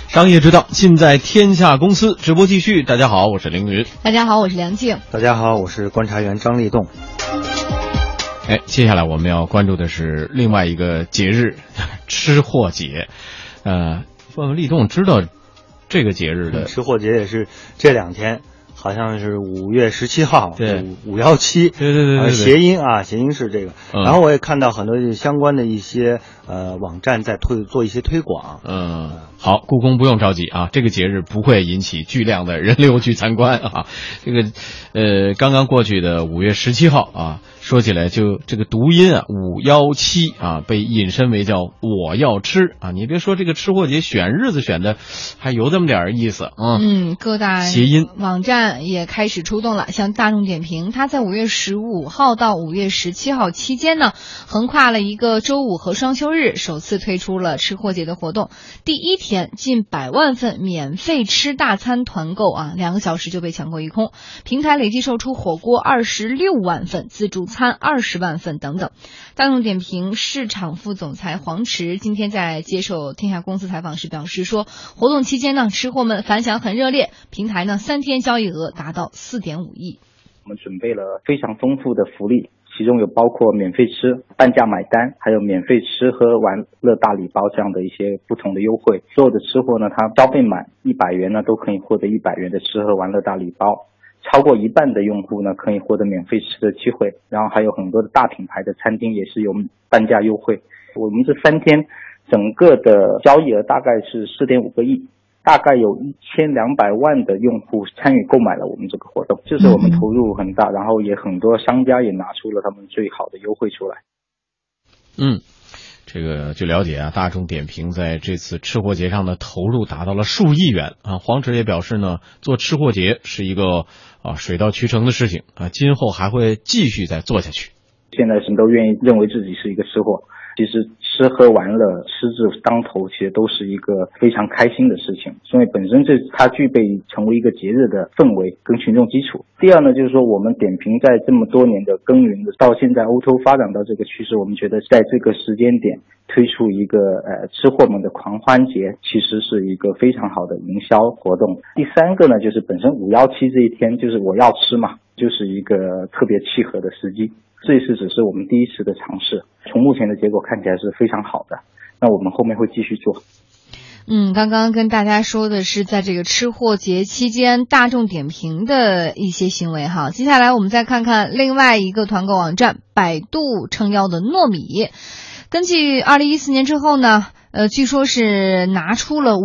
商业之道，尽在天下公司。直播继续。大家好，我是凌云。 大家好，我是梁静。 大家好，我是观察员张立栋。 接下来我们要关注的是另外一个节日——吃货节。问问立栋知道这个节日的？ 吃货节也是这2天。好像是5月17号， 对 ，517， 对， 谐音是这个。然后我也看到很多相关的一些网站在做一些推广。 好，故宫不用着急啊，这个节日不会引起巨量的人流去参观啊。这个刚刚过去的5月17号啊，说起来就这个读音啊，517啊，被引申为叫我要吃啊。你别说这个吃货节选日子选的还有这么点意思啊。 各大谐音网站也开始出动了，像大众点评，它在5月15号到5月17号期间呢，横跨了一个周五和双休日，首次推出了吃货节的活动。第一天近100万份免费吃大餐团购啊，2个小时就被抢购一空。平台累计售出火锅26万份，自助餐20万份等等。大众点评市场副总裁黄池今天在接受天下公司采访时表示说，活动期间呢，吃货们反响很热烈，平台呢3天交易额达到4.5亿。 我们准备了非常丰富的福利，其中有包括免费吃、半价买单，还有免费吃喝玩乐大礼包这样的一些不同的优惠。所有的吃货呢，他消费满100元呢，都可以获得100元的吃喝玩乐大礼包。超过一半的用户呢，可以获得免费吃的机会。然后还有很多的大品牌的餐厅也是有半价优惠。我们这3天整个的交易额大概是4.5个亿。大概有1200万的用户参与购买了我们这个活动，就是我们投入很大，然后也很多商家也拿出了他们最好的优惠出来。 这个据了解啊，大众点评在这次吃货节上的投入达到了数亿元啊。黄池也表示呢，做吃货节是一个水到渠成的事情啊，今后还会继续再做下去。 现在谁都愿意认为自己是一个吃货。其实吃喝玩乐吃字当头，其实都是一个非常开心的事情，所以本身它具备成为一个节日的氛围跟群众基础。第二呢，就是说我们点评在这么多年的耕耘到现在O2O发展到这个趋势，我们觉得在这个时间点推出一个吃货们的狂欢节，其实是一个非常好的营销活动。第三个呢，就是本身517这一天就是我要吃嘛，就是一个特别契合的时机。这一次只是我们第一次的尝试，从目前的结果看起来是非常好的，那我们后面会继续做。 刚刚跟大家说的是在这个吃货节期间大众点评的一些行为哈。接下来我们再看看另外一个团购网站百度撑腰的糯米。根据2014年之后呢，据说是拿出了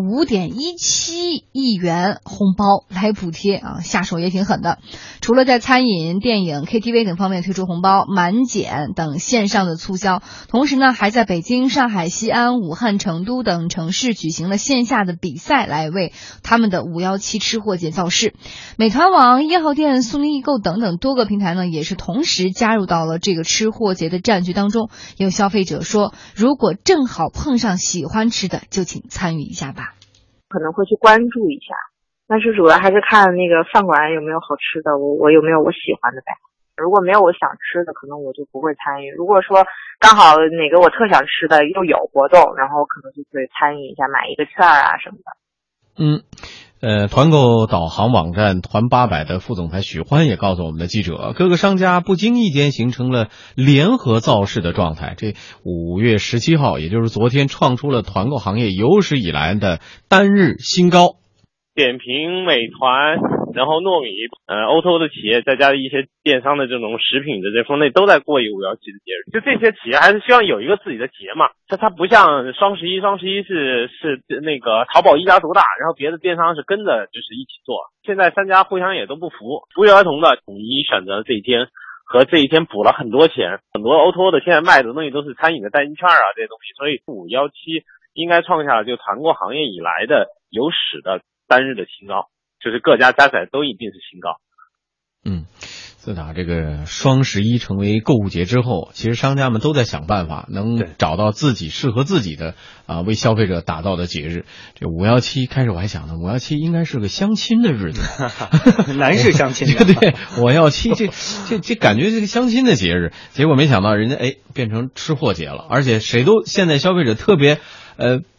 5.17亿元红包来补贴啊，下手也挺狠的。除了在餐饮、电影、KTV 等方面推出红包、满减等线上的促销，同时呢，还在北京、上海、西安、武汉、成都等城市举行了线下的比赛，来为他们的517吃货节造势。美团网、1号店、苏宁易购等等多个平台呢，也是同时加入到了这个吃货节的战局当中。有消费者说，如果正好碰上喜欢吃的，就请参与一下吧。 可能会去关注一下，但是主要还是看那个饭馆有没有好吃的，我有没有我喜欢的呗。如果没有我想吃的，可能我就不会参与。如果说刚好哪个我特想吃的又有活动，然后可能就会参与一下，买一个券啊什么的。 团购导航网站团800的副总裁许欢也告诉我们的记者，各个商家不经意间形成了联合造势的状态。这5月17号，也就是昨天，创出了团购行业有史以来的单日新高。 点评、美团，然后糯米，O2O 的企业再加一些电商的这种食品的这分类都在过一个517的节日。就这些企业还是希望有一个自己的节嘛，它不像双十一是那个淘宝一家独大，然后别的电商是跟着就是一起做。现在3家互相也都不服，不约而同的统一选择这一天，和这一天补了很多钱。很多 O2O 的现在卖的东西都是餐饮的代金券啊这些东西，所以517应该创下了就团购行业以来的有史的单日的新高，就是各家加起来都一定是新高。 自打这个双十一成为购物节之后，其实商家们都在想办法能找到自己适合自己的为消费者打造的节日。这517开始我还想呢，517应该是个相亲的日子， 男士相亲的。 对，我要七这感觉这个相亲的节日，结果没想到人家变成吃货节了，而且现在消费者特别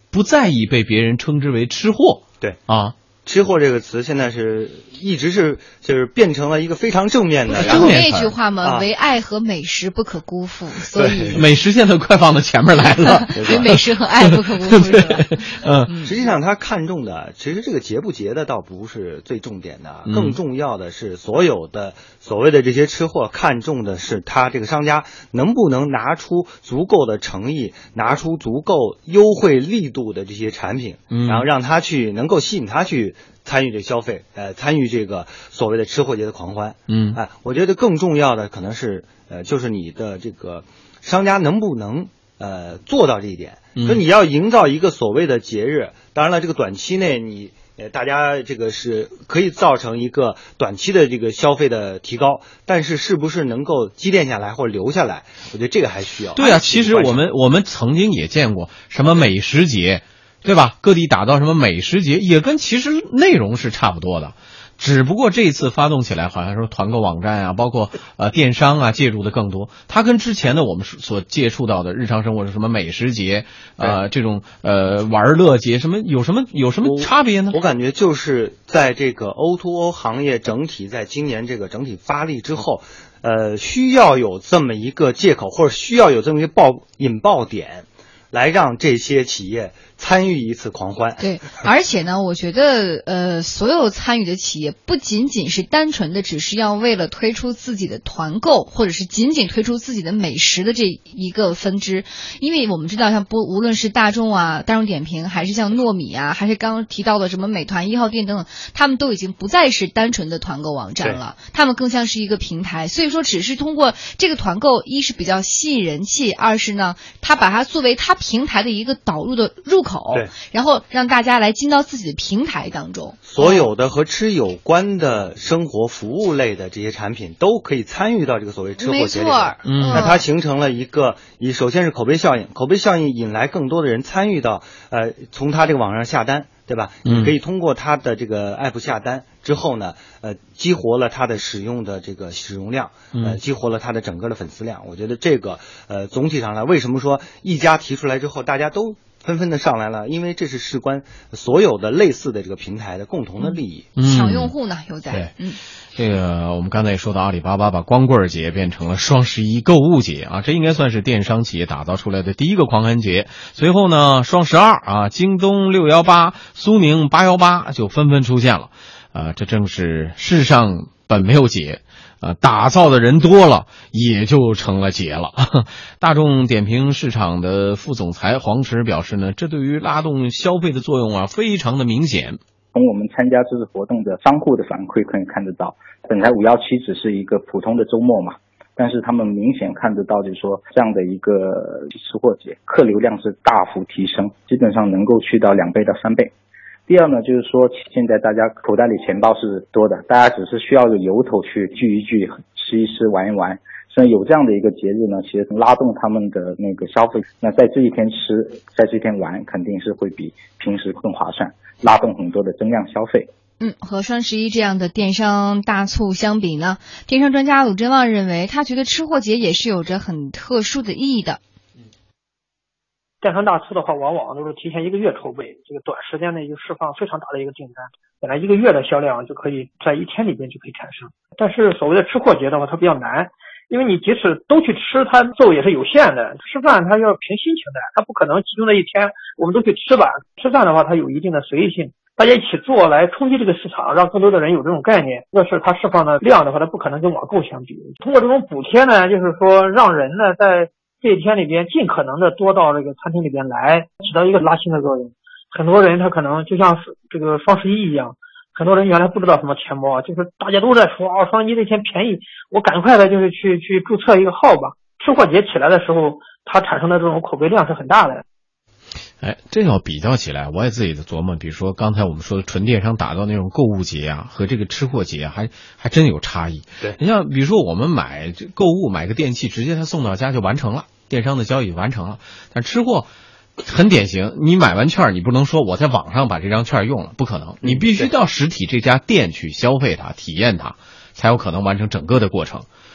不在意被别人称之为吃货。 对啊。 吃货这个词现在一直就是变成了一个非常正面的。 然后那句话嘛，唯爱和美食不可辜负，所以美食现在快放到前面来了， 唯美食和爱不可辜负是吧？ 实际上他看重的，其实这个节不节的倒不是最重点的，更重要的是所有的所谓的这些吃货看重的是他这个商家能不能拿出足够的诚意，拿出足够优惠力度的这些产品，然后让他能够吸引他去参与这消费，参与这个所谓的吃货节的狂欢。我觉得更重要的可能是就是你的这个商家能不能做到这一点。所以你要营造一个所谓的节日，当然了，这个短期内大家这个是可以造成一个短期的这个消费的提高，但是不是能够积淀下来或者留下来，我觉得这个还需要。 对啊，其实我们曾经也见过什么美食节，对吧？各地打造什么美食节，也跟其实内容是差不多的，只不过这次发动起来，好像说团购网站啊，包括电商啊介入的更多。它跟之前的我们所接触到的日常生活是什么美食节，这种玩乐节，有什么差别呢？ 我感觉就是在这个 O2O 行业整体在今年这个整体发力之后，需要有这么一个借口，或者需要有这么一个引爆点，来让这些企业参与一次狂欢。 对，而且呢，我觉得所有参与的企业不仅仅是单纯的只是要为了推出自己的团购，或者是仅仅推出自己的美食的这一个分支，因为我们知道像无论是大众啊、大众点评，还是像糯米啊，还是刚刚提到的什么美团1号店等等，他们都已经不再是单纯的团购网站了，他们更像是一个平台。所以说只是通过这个团购，一是比较吸引人气，二是呢，他把它作为他平台的一个导入的入口， 对， 然后让大家来进到自己的平台当中。 所有的和吃有关的生活服务类的这些产品都可以参与到这个所谓吃货节里面。那它形成了一个首先是口碑效应，口碑效应引来更多的人参与到从他这个网上下单，对吧？你可以通过他的这个 app 下单之后呢，激活了他的使用的这个使用量，激活了他的整个的粉丝量。我觉得这个总体上来，为什么说一家提出来之后大家都纷纷的上来了？因为这是事关所有的类似的这个平台的共同的利益。 抢用户呢又在。 这个我们刚才也说到，阿里巴巴把光棍节变成了双11购物节啊，这应该算是电商企业打造出来的第一个狂欢节。随后呢，双12啊，京东618、苏宁818就纷纷出现了。这正是世上本没有节，打造的人多了，也就成了节了。大众点评市场的副总裁黄驰表示呢，这对于拉动消费的作用啊，非常的明显。 从我们参加这次活动的商户的反馈可以看得到，本来517只是一个普通的周末嘛，但是他们明显看得到，就是说这样的一个吃货节，客流量是大幅提升，基本上能够去到2倍到3倍。第二呢，就是说现在大家口袋里钱包是多的，大家只是需要有由头去聚一聚、吃一吃、玩一玩。所以有这样的一个节日呢，其实拉动他们的那个消费，那在这一天吃，在这一天玩，肯定是会比平时更划算，拉动很多的增量消费。 和双11这样的电商大促相比呢，电商专家鲁振旺认为，他觉得吃货节也是有着很特殊的意义的。 电商大促的话，往往都是提前1个月筹备，这个短时间内就释放非常大的一个订单，本来1个月的销量就可以在1天里边就可以产生。但是所谓的吃货节的话，它比较难，因为你即使都去吃，它肉也是有限的，吃饭它要凭心情的，它不可能集中在1天我们都去吃吧。吃饭的话，它有一定的随意性，大家一起做来冲击这个市场，让更多的人有这种概念。要是它释放的量的话，它不可能跟网购相比。通过这种补贴呢，就是说让人呢在这一天里边尽可能的多到这个餐厅里边来，起到一个拉新的作用。很多人他可能就像这个双11一样，很多人原来不知道什么钱包，就是大家都在说双11这天便宜，我赶快的就是去注册一个号吧。吃货节起来的时候，它产生的这种口碑量是很大的。 这要比较起来，我也自己的琢磨，比如说刚才我们说的纯电商打造那种购物节啊，和这个吃货节啊，还真有差异。 对， 你像比如说我们购物买个电器，直接他送到家就完成了，电商的交易完成了。但吃货很典型，你买完券，你不能说我在网上把这张券用了，不可能，你必须到实体这家店去消费它、体验它，才有可能完成整个的过程。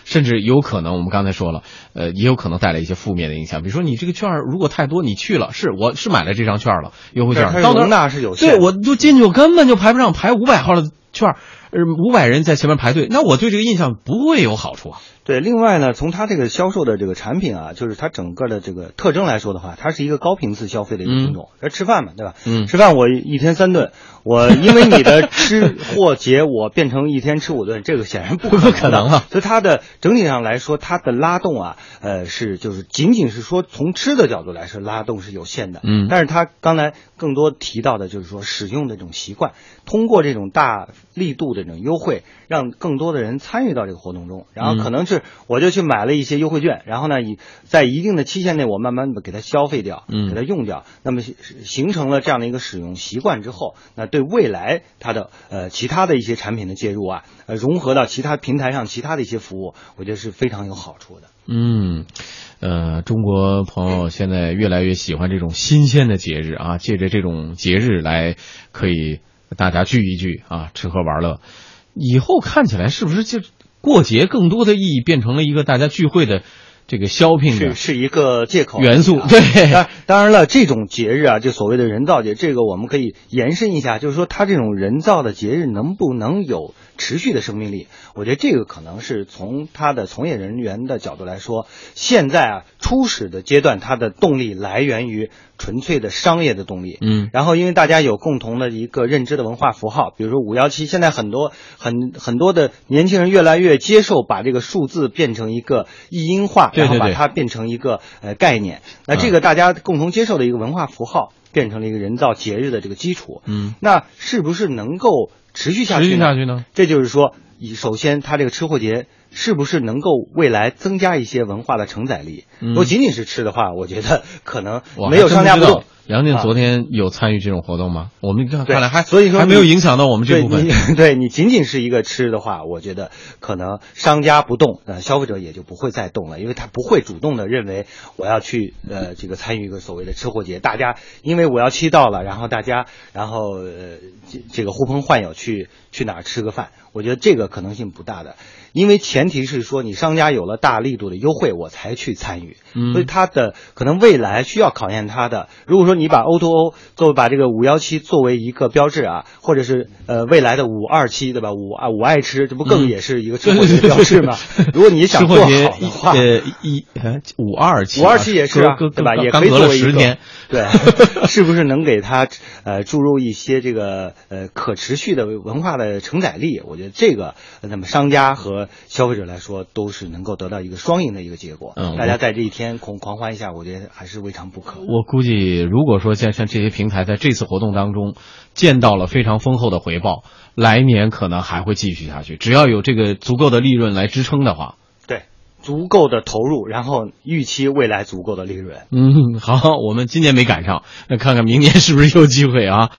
甚至有可能我们刚才说了，也有可能带来一些负面的影响。比如说你这个券如果太多，你去了，我是买了这张券了，优惠券， 到那是有限， 对，我就进去，我根本就排不上，排500号的券，500人在前面排队，那我对这个印象不会有好处啊。 对，另外呢，从它这个销售的这个产品啊，就是它整个的这个特征来说的话，它是一个高频次消费的一个品种。吃饭嘛，对吧？吃饭我一天3顿，我因为你的吃货节，我变成一天吃5顿，这个显然不可能啊。 所以它的整体上来说，它的拉动啊，就是仅仅是说从吃的角度来说，拉动是有限的。但是它刚才更多提到的就是说使用的这种习惯，通过这种大力度的这种优惠，让更多的人参与到这个活动中，然后可能是我就去买了一些优惠券，然后呢，在一定的期限内，我慢慢的给它消费掉，给它用掉，那么形成了这样的一个使用习惯之后，那对未来它的其他的一些产品的介入啊，融合到其他平台上其他的一些服务，我觉得是非常有好处的。 中国朋友现在越来越喜欢这种新鲜的节日啊，借着这种节日来可以大家聚一聚啊，吃喝玩乐。以后看起来是不是就过节更多的意义变成了一个大家聚会的这个shopping的是一个借口元素？对， 当然了，这种节日啊，就所谓的人造节，这个我们可以延伸一下，就是说它这种人造的节日能不能有持续的生命力？我觉得这个可能是从它的从业人员的角度来说，现在啊初始的阶段，它的动力来源于纯粹的商业的动力。然后因为大家有共同的一个认知的文化符号，比如说517，现在很多的年轻人越来越接受把这个数字变成一个译音化，然后把它变成一个概念。那这个大家共同接受的一个文化符号，变成了一个人造节日的这个基础。那是不是能够持续下去呢？这就是说，首先它这个吃货节是不是能够未来增加一些文化的承载力？如果仅仅是吃的话，我觉得可能没有商家不动。 杨静昨天有参与这种活动吗？我们看来所以说还没有影响到我们这部分。 对你仅仅是一个吃的话，我觉得可能商家不动，消费者也就不会再动了，因为他不会主动的认为我要去这个参与一个所谓的吃货节。大家因为517到了，然后大家这个呼朋唤友去哪儿吃个饭，我觉得这个可能性不大的。因为前提是说你商家有了大力度的优惠，我才去参与。所以它的可能未来需要考验它的。如果说你把 O2O 把这个517作为一个标志啊，或者是未来的527，对吧？五爱吃，这不更也是一个吃货节的标志吗？如果你想做好的话 ，527 也是啊，对吧？也可以作为一个对，是不是能给它注入一些这个可持续的文化的承载力？我觉得这个那么商家和消费者来说都是能够得到一个双赢的一个结果。大家在这一天狂欢一下，我觉得还是未尝不可。 我估计如果说像这些平台在这次活动当中见到了非常丰厚的回报，来年可能还会继续下去，只要有这个足够的利润来支撑的话。 对，足够的投入，然后预期未来足够的利润。 好，我们今年没赶上，那看看明年是不是有机会啊？